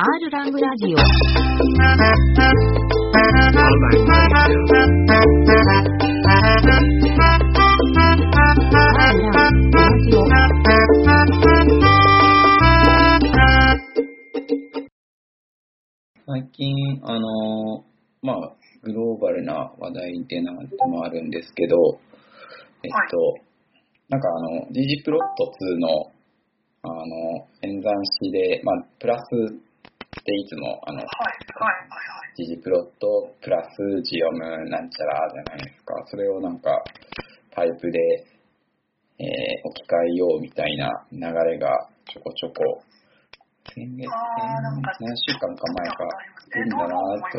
R ラングラジオ。 最近、グローバルな話題でなんてもあるんですけど、ジジプロット2の、演算子で、プラスっていつも、ジジプロットプラスジオムなんちゃらじゃないですか。それをパイプで、置き換えようみたいな流れがちょこちょこ何週間か前かいるんだなと思って、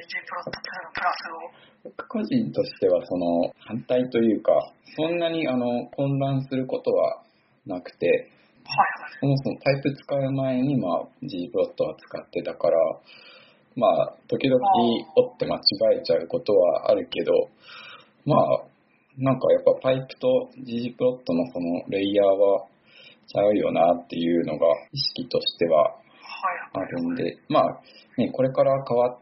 僕個人としてはその反対というか、そんなに混乱することはなくて、そもそもタイプ使う前にggplot は使ってたから、時々折って間違えちゃうことはあるけど、やっぱパイプと ggplot のそのレイヤーはちゃうよなっていうのが意識としてはあるんで、これから変わって、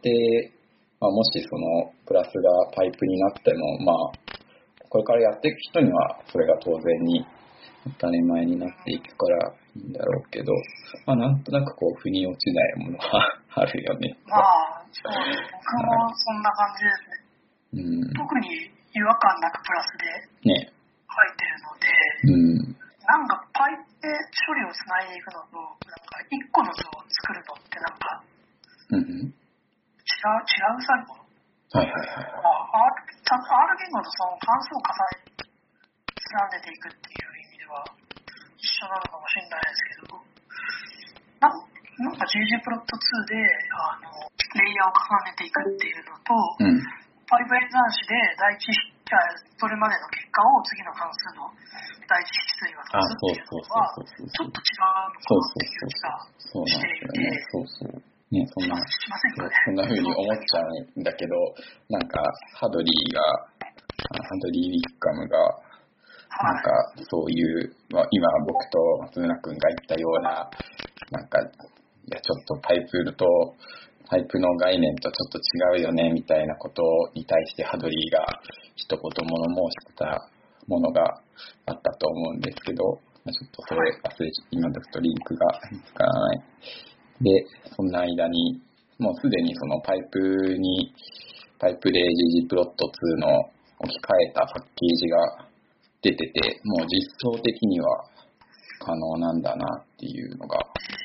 もしそのプラスがパイプになっても、これからやっていく人にはそれが当然に当たり前になっていくからいいんだろうけど、なんとなく腑に落ちないものはあるよね。 そうです。僕もそんな感じですね。特に違和感なくプラスで入ってるので、パイプで処理をつないでいくのと、1個の図を作るのって違う作業。R 言語のその関数を連ねていくっていう意味では一緒なのかもしれないですけど、ggplot2 でレイヤーを重ねていくっていうのと、パイプ演算子でそれまでの結果を次の関数の第一引数に渡すっていうのはちょっと違うのかなっていう気がしていて、 そんな風に思っちゃうんだけど、ハドリー・ウィッカムがそういう、今僕と松村君が言ったような、ちょっとパイプの概念とちょっと違うよねみたいなことに対してハドリーが一言物申してたものがあったと思うんですけど、ちょっとそれ忘れちゃって今だとリンクが見つからない。で、そんな間にもうすでにそのパイプで ggplot2 の置き換えたパッケージが出てて、もう実装的には可能なんだなっていうのが、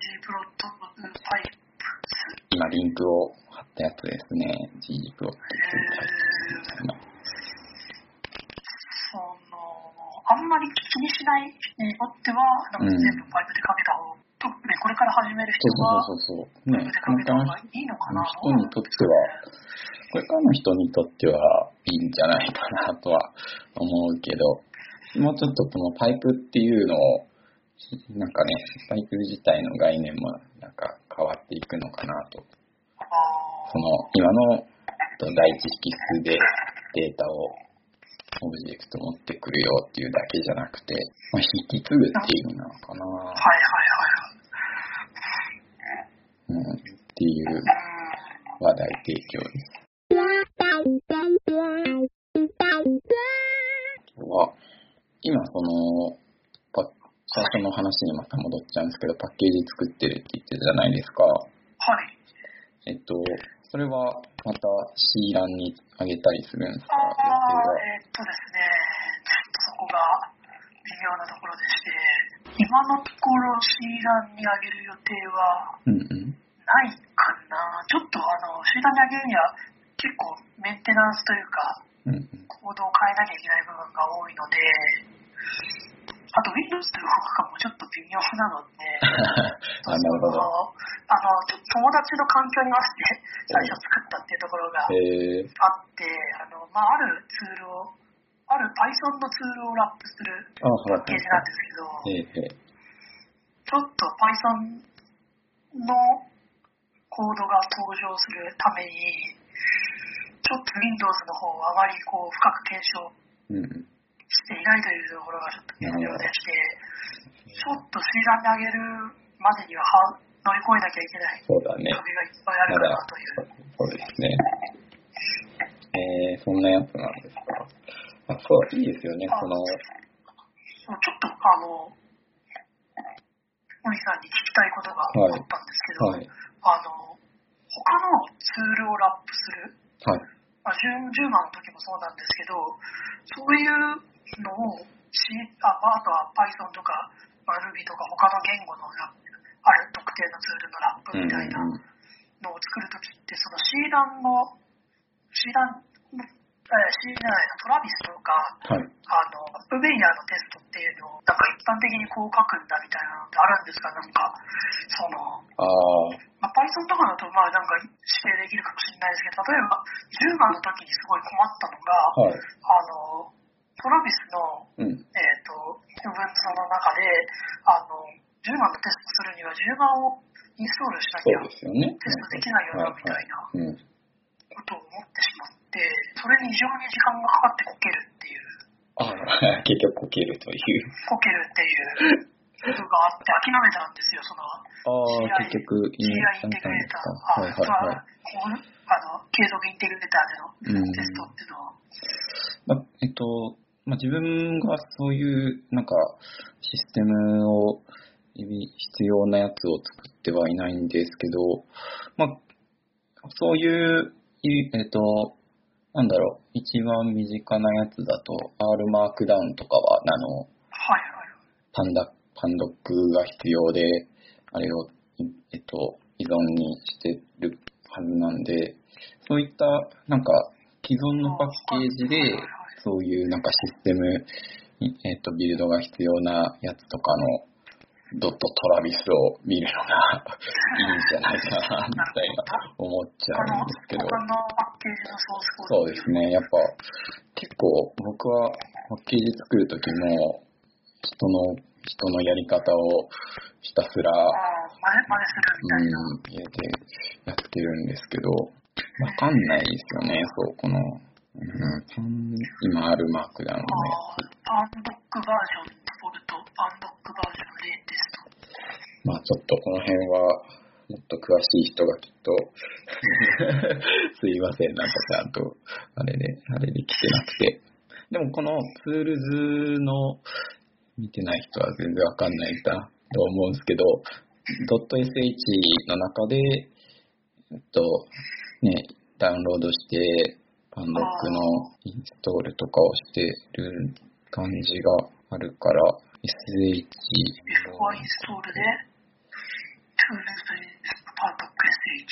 今リンクを貼ったやつですね。ggplot2 タイプみたいな。 あんまり気にしない人にとっては、全部パイプでかけた方が、特にこれから始める人は、パイプでかけた方がいいのかな。 これからの人にとってはいいんじゃないかなとは思うけど、もうちょっとこのパイプっていうのを、パイプ自体の概念も変わっていくのかなと。今の第一引数でデータをオブジェクト持ってくるよっていうだけじゃなくて、引き継ぐっていう意味なのかな。っていう話題提供です。今最初の話にまた戻っちゃうんですけど、パッケージ作ってるって言ってたじゃないですか。それはまた C 欄に上げたりするんですか？ ですね、ちょっとそこが微妙なところでして、今のところ C 欄に上げる予定はないかな。ちょっとC 欄に上げるには結構メンテナンスというか、コードを変えなきゃいけない部分が多いので、あと Windows と動くかもちょっと微妙なので、 なるほど。 ちょっと友達の環境に合わせて最初作ったっていうところがあって、あるツールを、Python のツールをラップするパッケージなんですけど、ちょっと Python のコードが登場するために、ちょっと Windows の方はあまり深く検証していないというところがちょっと現状でして、ちょっと C 欄に上げるまでには乗り越えなきゃいけないそうだね。 壁がいっぱいあるかなという。 そうですね。そんなやつなんですか。そう、いいですよね、その。 ちょっと、森さんに聞きたいことがあったんですけど、はい、他のツールをラップする、はい、10万の時もそうなんですけど、そういうのをあとは Python とか Ruby とか他の言語のある特定のツールのラップみたいなのを作るときって、その C ランのトラビスとか、はい、ウベイヤーのテストっていうのをなんか一般的にこう書くんだみたいなのってあるんですか？なんかそのPython とかだとなんか指定できるかもしれないですけど、例えば10番の時にすごい困ったのが、はい、トラビスの、Ubuntu の中で10番のテストするには10番をインストールしなきゃ、ね、テストできないよなみたいなことを思ってしまって、それに非常に時間がかかってこけるっていう。 結局こけるという。 こけるっていうことがあって諦めたんですよ、その。 結局 CI インテグレーター。継続インテグレーターでのテストっていうのは。 自分がそういうなんかシステムを必要なやつを作ってはいないんですけど、そういうなんだろう、一番身近なやつだと R マークダウンとかはパンドックが必要であれを依存にしてるはずなんで、そういったなんか既存のパッケージでそういうなんかシステムビルドが必要なやつとかのドットトラビスを見るのがいいんじゃないかなみたいな思っちゃうんですけど。そうですね。やっぱ結構僕はパッケージ作るときも人のやり方をひたすら入れてやってるんですけど、わかんないですよね。そうこの今あるマークダウンのやつ。 パンドックバージョンデフォルト、パンドックバージョン0テスト。 ちょっとこの辺はもっと詳しい人がきっとすいません、なんかちゃんとあれで来てなくて。でもこのツールズの見てない人は全然わかんないと思うんですけど、.sh の中でダウンロードしてパンドックのインストールとかをしてる感じがあるから、sh インストールでトゥールズパンドック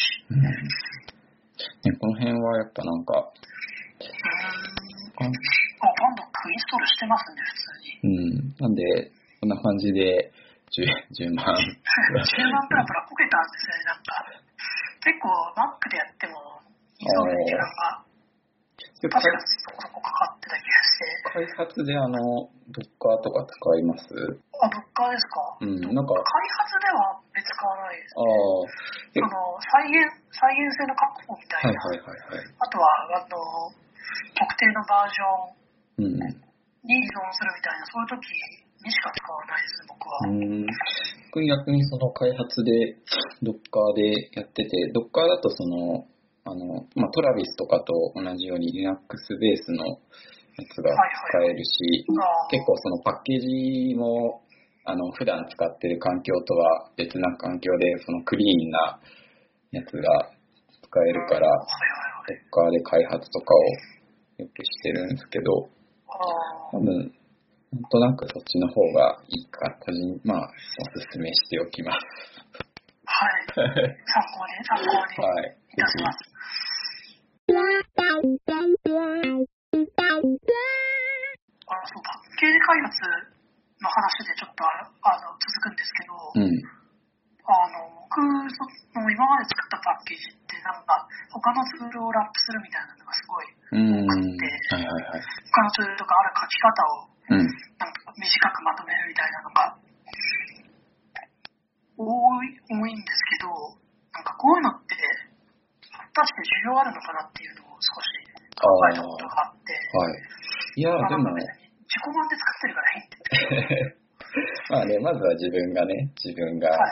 sh、 この辺はやっぱなんかパンドックインストールしてますね、普通に。 なんでこんな感じで10万10万プラプラこけたんですね。なんか結構 Mac でやってもインストールの時間が確かにそこかかってた気がして。開発でDocker とか使います？ Docker ですか？ なんか開発では使わないですね。再現性の確保みたいな。あとは特定のバージョンに依存するみたいな、そういう時にしか使わないです、僕は。 逆にその開発で Docker でやってて、Docker だとトラビスとかと同じように Linux ベースのやつが使えるし、結構そのパッケージも普段使ってる環境とは別な環境でそのクリーンなやつが使えるから、Docker で開発とかをよくしてるんですけど、多分なんとなくそっちの方がいいか、おすすめしておきます。 はい。参考にいたします。そう、パッケージ開発の話でちょっと続くんですけど、僕の今まで作ったパッケージってなんか他のツールをラップするみたいなのがすごい多くて、他のツールとかある書き方をなんか短くまとめるみたいなのが多いんですけど、なんかこういうのって果たして需要あるのかなっていうのを少し考えたことがあって、 いやでも自己満で作ってるからいいってまずは自分が、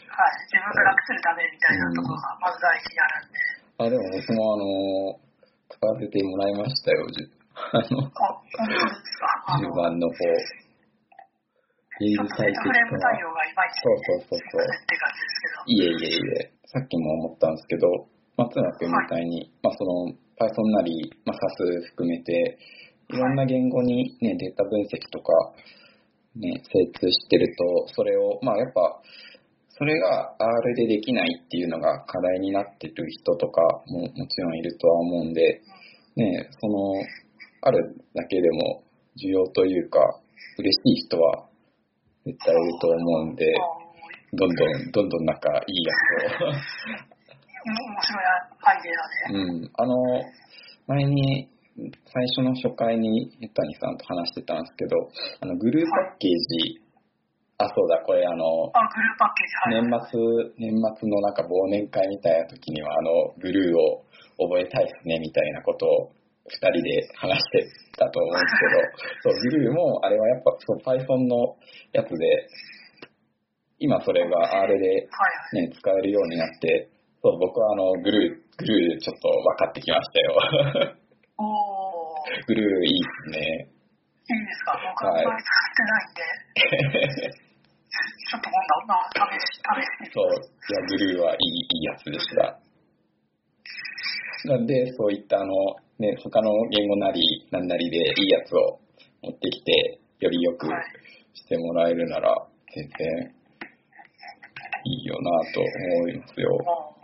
自分が楽するためみたいなところがまず第一にあるんで。 でも僕も使わせてもらいましたよ。 本当ですか。 10番の方。 ちょっとネットフレーム対応がいまいち、 そう。 って感じですけど。 いえ。さっきも思ったんですけど、松永君みたいに、その Python なり、SAS 含めて、いろんな言語にね、データ分析とか、ね、精通してると、それを、やっぱ、それが R でできないっていうのが課題になってる人とかももちろんいるとは思うんで、ね、あるだけでも需要というか、嬉しい人は絶対いると思うんで、どんどんなんかいいやつを。 面白いアイデアで。 前に、最初の初回に江谷さんと話してたんですけど、グルーパッケージ、そうだ、これグルーパッケージ、年末のなんか忘年会みたいな時には、グルーを覚えたいですね、みたいなことを2人で話してたと思うんですけど、そう、グルーも、あれはやっぱ、Python のやつで、今それが R で、ね、使えるようになって、そう、僕はグルーちょっと分かってきましたよ。グルーいいですね。 いいですか？僕はあんまり使ってないんで。ちょっと今度試しそう、いや、グルーはいいやつでした。なんで、そういったね、他の言語なりなんなりでいいやつを持ってきて、よりよくしてもらえるなら、全然いいよなと思いますよ。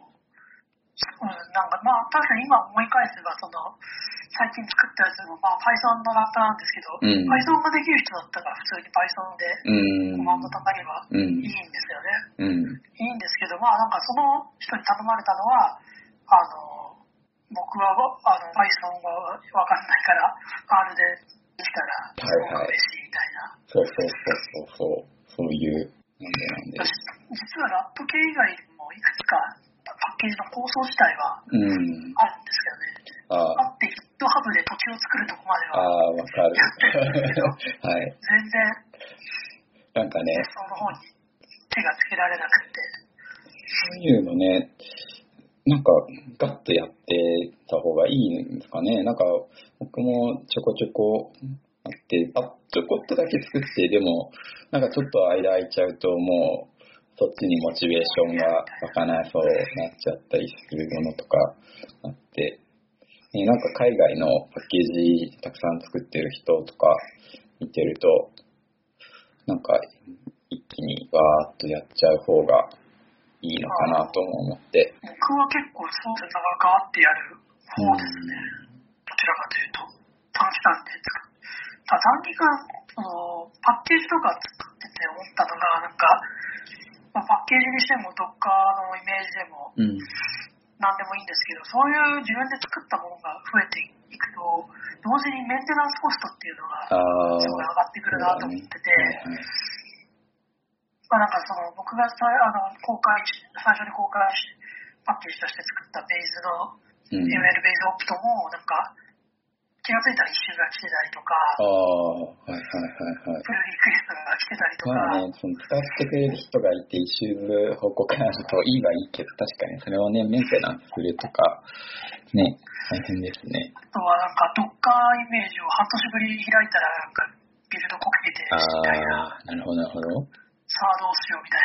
なんか確かに今思い返せば、最近作ったやつもPython のラップなんですけど、Python ができる人だったら普通に Python でコマンドたまればいいんですよね。いいんですけど、なんかその人に頼まれたのは、僕はPython がわかんないから R でできたらすごく嬉しいみたいな。 そういう。 実はラップ系以外にもいくつかパッケージの構想自体はあるんですけどね。あって GitHub で土地を作るとこまではわかる。 やってるんですけど、 はい、 全然なんかね、 その方に手がつけられなくて。 そういうのね、なんかガッとやってた方がいいんですかね。なんか僕もちょこちょこあって、ちょこっとだけ作って、でもなんかちょっと間空いちゃうともうそっちにモチベーションが湧かなそうなっちゃったりするものとかあって、なんか海外のパッケージたくさん作ってる人とか見てると、なんか一気にわーっとやっちゃう方がいいのかなと思って。 僕は結構そうですね、ガーってやる方ですね。どちらかというと、短期間で作る。短期間、パッケージとか作ってて思ったのが、なんか、パッケージにしても、Dockerのイメージでも、なんでもいいんですけど、そういう自分で作ったものが増えていくと、同時にメンテナンスコストっていうのがすごい上がってくるなと思ってて、なんか僕が最初に公開パッケージとして作ったベースの ML ベースオプトも、なんか気がついたら一周が来てたりとか、プルリクエストが来てたりとか。 使ってくれる人がいて一周報告があるといいはいいけど、確かにそれをね、メンテナンスするとか、ね、大変ですね。 あとはなんか Docker イメージを半年ぶりに開いたら、なんかビルドこけてるみたいな。 なるほど。 さあどうしようみた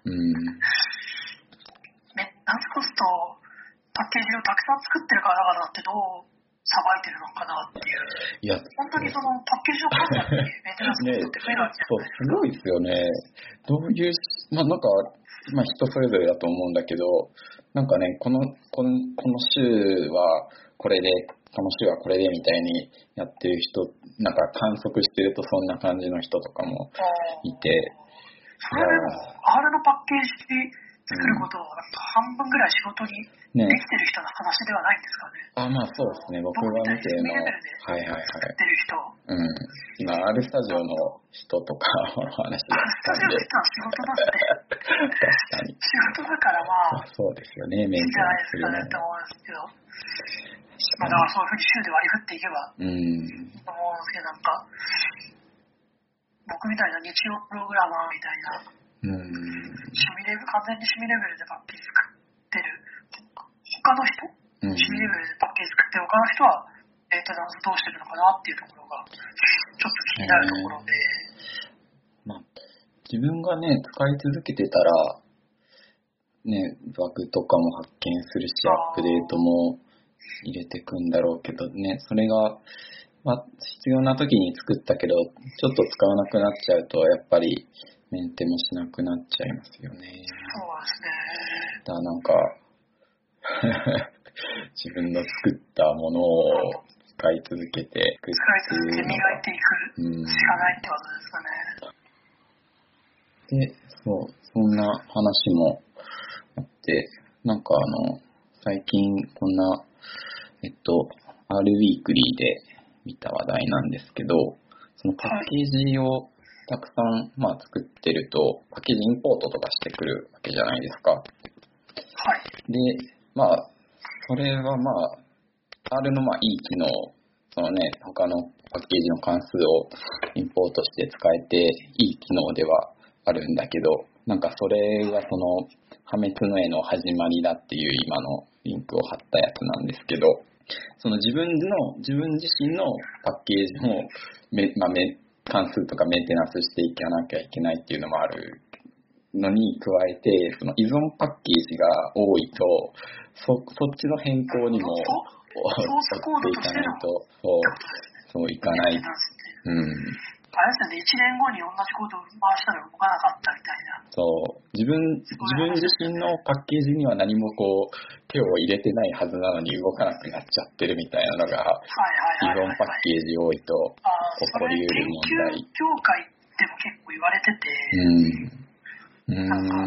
いな。メンテナンスコスト、パッケージをたくさん作ってる方々ってどうさばいてるのかなっていう。 いや、 本当にそのパッケージを買うためにメンテナンスコストって増えるわけじゃないですか。 すごいですよね。どういう、なんか、人それぞれだと思うんだけど、なんかね、この週はこれで、この週はこれでみたいにやってる人、なんか観測してるとそんな感じの人とかもいて。 それでも R のパッケージ作ることを半分ぐらい仕事にできてる人の話ではないんですかね。 そうですね。僕が見てるの。 作ってる人。 今、R スタジオの人とかの話だったんで。 R スタジオの人は仕事だって。 確かに。 仕事だからそうですよね。 いいんじゃないですかねって思うんですけど。だからそういうふうに週で割り振っていけばいいと思うんですけど、なんか、僕みたいな日曜プログラマーみたいな、趣味完全に趣味レベルでパッケージ作ってる他の人、趣味レベルでパッケージ作ってる他の人はメンテナンスどうしてるのかなっていうところがちょっと気になるところで、 まあ、自分がね使い続けてたらね、バグとかも発見するし、アップデートも入れていくんだろうけどね、それが、まあ、必要な時に作ったけど、ちょっと使わなくなっちゃうと、やっぱりメンテもしなくなっちゃいますよね。 そうですね。 だからなんか、自分の作ったものを使い続けていくっていうのが、 磨いていくしかないってことですかね。 で、そんな話もあって、なんか最近こんな、R ウィークリーで見た話題なんですけど、そのパッケージをたくさん、作ってると、パッケージインポートとかしてくるわけじゃないですか。 はい。 で、それはR のいい機能、そのね、他のパッケージの関数をインポートして使えていい機能ではあるんだけど、なんかそれがその破滅の絵の始まりだっていう今のリンクを貼ったやつなんですけど、その自分自身のパッケージも関数とかメンテナンスしていかなきゃいけないっていうのもあるのに加えて、その依存パッケージが多いと、そっちの変更にも追っていかないと、そういかない。 あれですよね、1年後に同じコードを回したら動かなかったみたいな。 そう、自分自身のパッケージには何も手を入れてないはずなのに動かなくなっちゃってるみたいなのが、依存パッケージ多いと起こりうる問題。 研究業界でも結構言われてて、なんか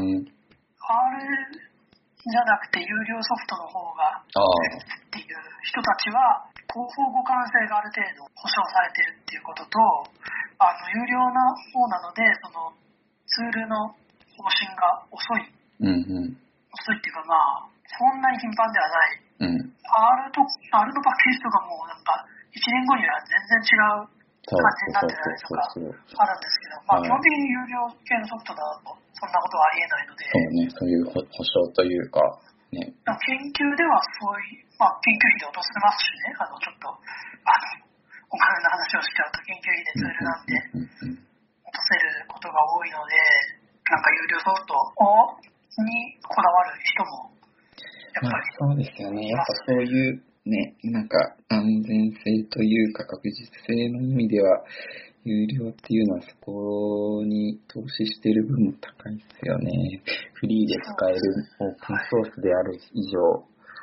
R じゃなくて有料ソフトの方がっていう人たちは広報互換性がある程度保証されてるっていうことと、有料な方なのでそのツールの更新が遅い、遅いっていうかそんなに頻繁ではない、R のパッケージとかもなんか1年後には全然違う感じになってたりとかあるんですけど、基本的に有料系のソフトだとそんなことはありえないので、 そういう保証というか、ね、 研究ではそういう、研究費で落とせますしね、ちょっとお金の話をしちゃうと研究費でツールなんで落とせることが多いので、なんか有料ソフトにこだわる人もやっぱり、 そうですよね。やっぱそういうね、なんか安全性というか確実性の意味では有料っていうのはそこに投資してる分も高いですよね。フリーで使えるオープンソースである以上、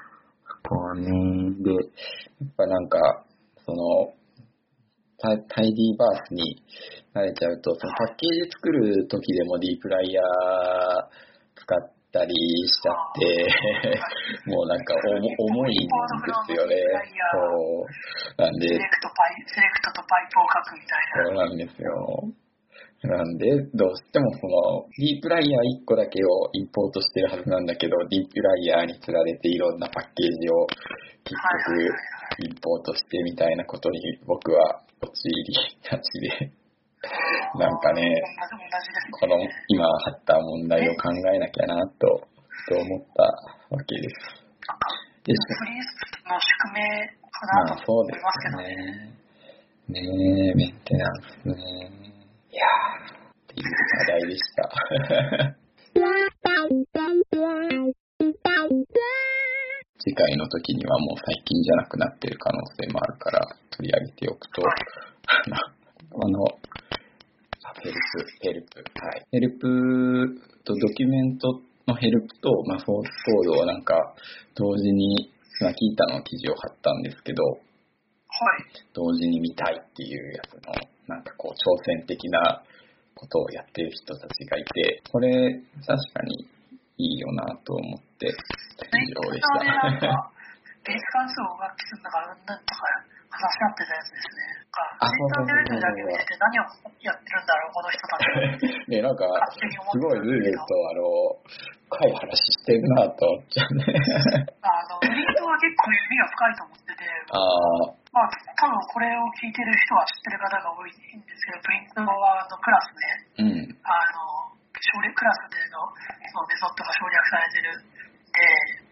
で、やっぱなんかそのタイディーバースに慣れちゃうと、そのパッケージ作る時でも D プライヤー使ったりしちゃってもうなんか重いんですよね。そうなんでセレクトとパイプを書くみたいな。 そうなんですよ。なんでどうしてもその D プライヤー1個だけをインポートしてるはずなんだけど、 D プライヤーにつられていろんなパッケージを結局インポートしてみたいなことに僕は陥りがちでなんかね、この今貼った問題を考えなきゃなと思ったわけです。 フリースの宿命かなと思いますけどね。 ねえ、メンテナンスね。いやー、っていう話題でした。次回の時にはもう最近じゃなくなってる可能性もあるから取り上げておくと、ヘルプとドキュメントのヘルプと、ソースコードをなんか同時に、キータの記事を貼ったんですけど、同時に見たいっていうやつのなんか挑戦的なことをやってる人たちがいて、これ確かにいいよなと思って以上でした。 ベース関数を学習するんだからなんとか話し合ってたやつですね。ツイッターでだけ見てて何をやってるんだろうこの人たち。 ね、なんかすごいルールと深い話してるなと思っちゃうね。 プリントは結構意味が深いと思ってて、多分これを聞いてる人は知ってる方が多いんですけど、プリントはクラスで、クラスでののメソッドが省略されてるんで、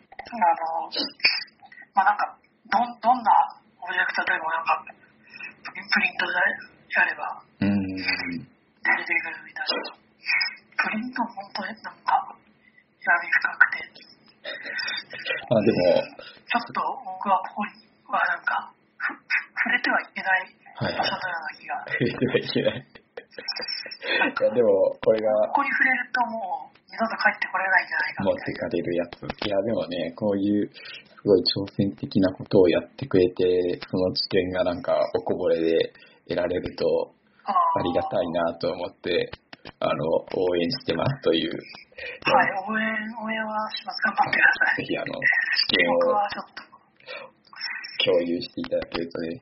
なんかどんなオブジェクトでもなんかプリントでやれば出てくるみたいな。プリント本当になんか闇深くて。 でもちょっと僕はここにはなんか触れてはいけない場所のような気が。 触れてはいけない。いやでもこれがここに触れるともう二度と帰ってこれないんじゃないか持ってかれるやつ。いやでもね、こういうすごい挑戦的なことをやってくれて、その知見がなんかおこぼれで得られるとありがたいなと思って応援してますという。 はい、応援はします。頑張ってください。 ぜひ知見を僕はちょっと共有していただけるとね。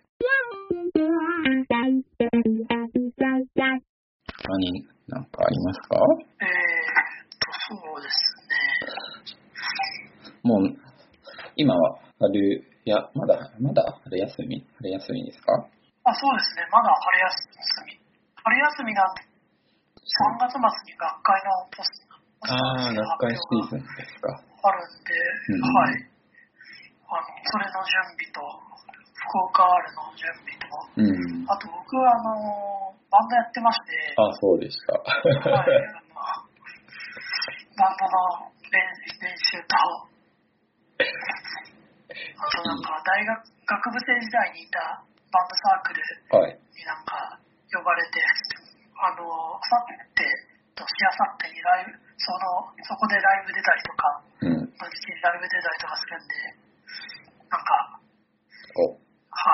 何なんかありますか？ そうですね。 もう今はまだ春休みですか？ そうですね。まだ春休み。春休みなんで3月末に学会のポスト学会シーズンですか？ あるんで、はい。それの準備と福岡 R の準備と、あと僕はバンドやってまして。 そうでした。 はい。バンドの練習と、あとなんか学部生時代にいたバンドサークルになんか呼ばれて、あさってとしあさってにそこでライブ出たりとか、土日にライブ出たりとかするんで、なんか、はい。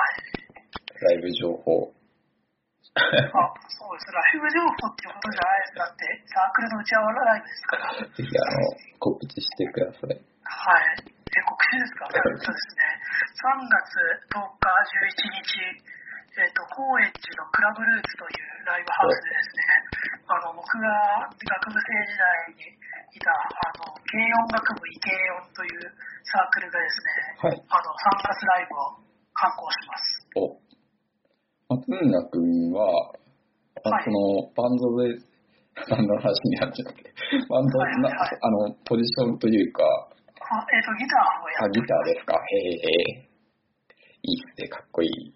ライブ情報。 そうです。ライブ情報っていうことじゃないです。だってサークルの打ち合わライブですから。 ぜひ告知してください。 はい。告知ですか？そうですね。3月10日、11日、高円寺のクラブルーツというライブハウスでですね、僕が学部生時代にいた軽音楽部イケオンというサークルがですね、3月ライブを刊行します。 松村君は、そのバンドで、バンドの話になっちゃって、バンド、ポジションというか、 ギターをやってます。 ギターですか？へえ。いいっすね、かっこいい。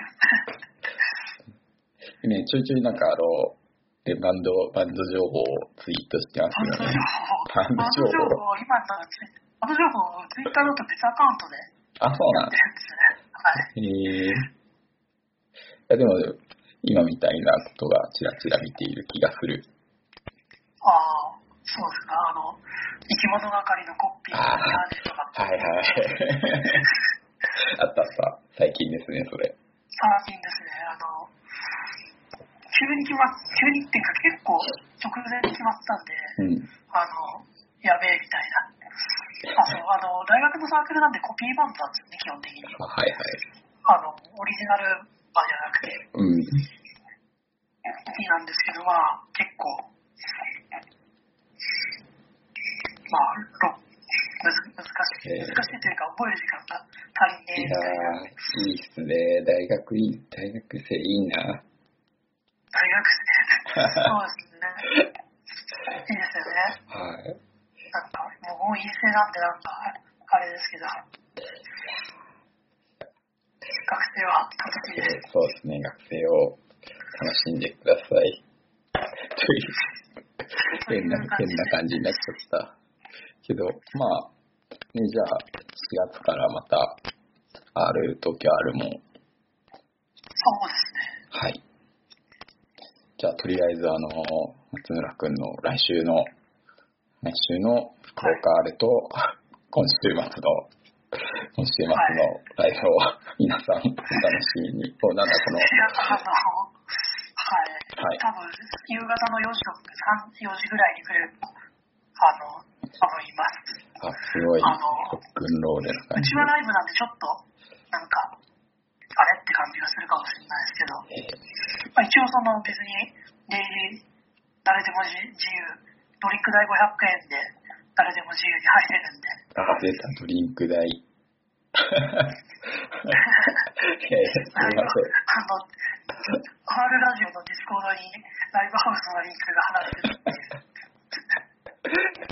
ね、ちょいちょいなんかバンド情報をツイートしてますよね。 バンド情報、今バンド情報、ツイッターだと別アカウントでそうなんですね。はい。 でも、今みたいなことがちらちら見ている気がする。 そうですか。生き物係のコッピーのジャージとか。 はい。あった。最近ですね、それ。 最近ですね。急にっていうか結構直前に決まったんで、やべえみたいな。大学のサークルなんでコピーバンドなんですね、基本的に。 はい。 オリジナルバーじゃなくて、コピーなんですけど、結構、難しいというか、覚える時間が足りねえみたいな。 いいっすね。大学生いいな。 大学生そうですね。いいですよね。 はい。 なんか、もう陰性なんでなんか、あれですけど、学生は楽しいです。 そうですね、学生を楽しんでください。という変な感じになっちゃった。けど、じゃあ、4月からまた、東京 R も。そうですね。 はい。じゃあ、とりあえず、松村くんの来週の福岡 R と、今週末のライブを皆さんお楽しみに。 多分、夕方の4時ぐらいに来る、多分います。 すごい、ロックンロールな感じ。 うちはライブなんでちょっと、なんか、あれって感じがするかもしれないですけど、一応別に、誰でも自由、ドリンク代500円で誰でも自由に入れるんで。 出た、ドリンク代。すいません。 R ラジオのディスコードにライブハウスのリンクが貼られてるっていう。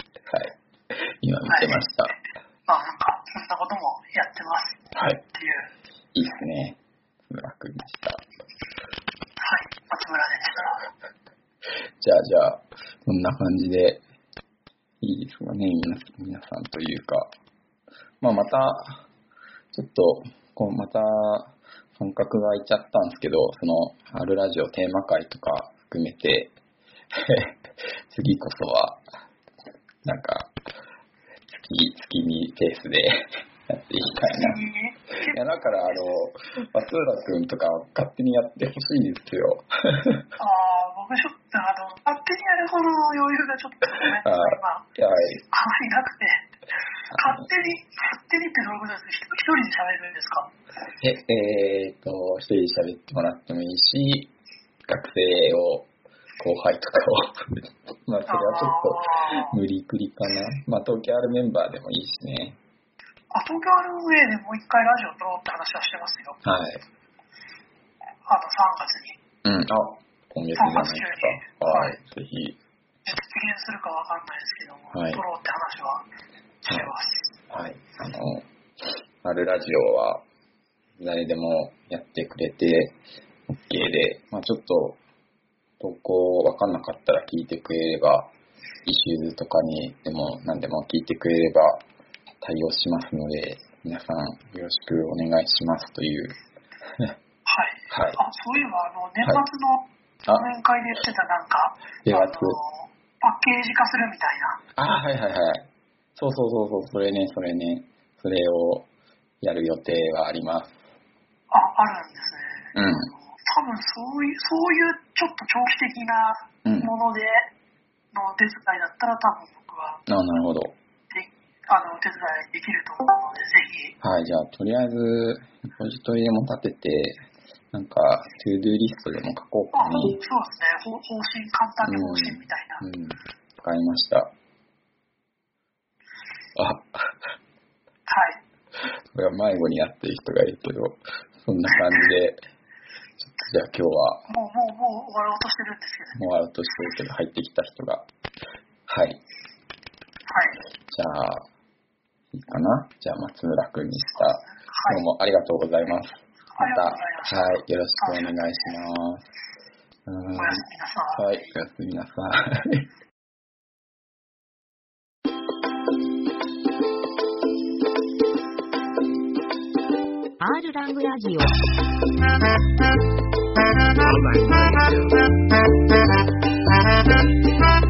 ってました。 まあなんか、そんなこともやってます。 はい。 っていう。 いいですね。松村くんでした。はい、 松村でした。じゃあ、こんな感じで、いいですかね、皆さんというか。まあまた、ちょっと、また、感覚が空いちゃったんですけど、その、あるラジオテーマ会とか含めて、次こそは、なんか、月にペースでやっていきたいな。いや、だから、松浦くんとか勝手にやってほしいんですよ。 僕ちょっと、勝手にやるほどの余裕がちょっとごめんなさい、今、あまりなくて。勝手にってどういうことですか？一人で喋るんですか？ 一人で喋ってもらってもいいし、学生を、後輩とかを、まあそれはちょっと無理くりかな。まあ東京あるメンバーでもいいしね。 東京ある上でもう一回ラジオ撮ろうって話はしてますよ。 はい。 3月に。 今月じゃないですか。はい。ぜひ。 実現するかわかんないですけども、撮ろうって話はしてます。 はい。あるラジオは誰でもやってくれて OK で、まあちょっと投稿わかんなかったら聞いてくれれば、イシューズとかにでも何でも聞いてくれれば対応しますので、皆さんよろしくお願いしますという。 はい。はい。そういえば年末の忘年会で言ってたなんか、パッケージ化するみたいな。 はい。そう、それね。それをやる予定はあります。 あるんですね。多分そういうちょっと長期的なものでのお手伝いだったら多分僕は。 なるほど。 お手伝いできると思うので、ぜひ。 はい、じゃあとりあえずレポジトリでも立てて、なんかトゥードゥーリストでも書こうかね。 そうですね。簡単に方針みたいな。 わかりました。はい。これは迷子になってる人がいるけど、そんな感じで、じゃあ今日は。 もう終わろうとしてるんですけど。 もう終わろうとしてるけど、入ってきた人が。はい。じゃあ、いいかな。じゃあ松村くんにした。どうもありがとうございます。また、よろしくお願いします。 おやすみなさい。 はい、おやすみなさい。 R ラングラジオ。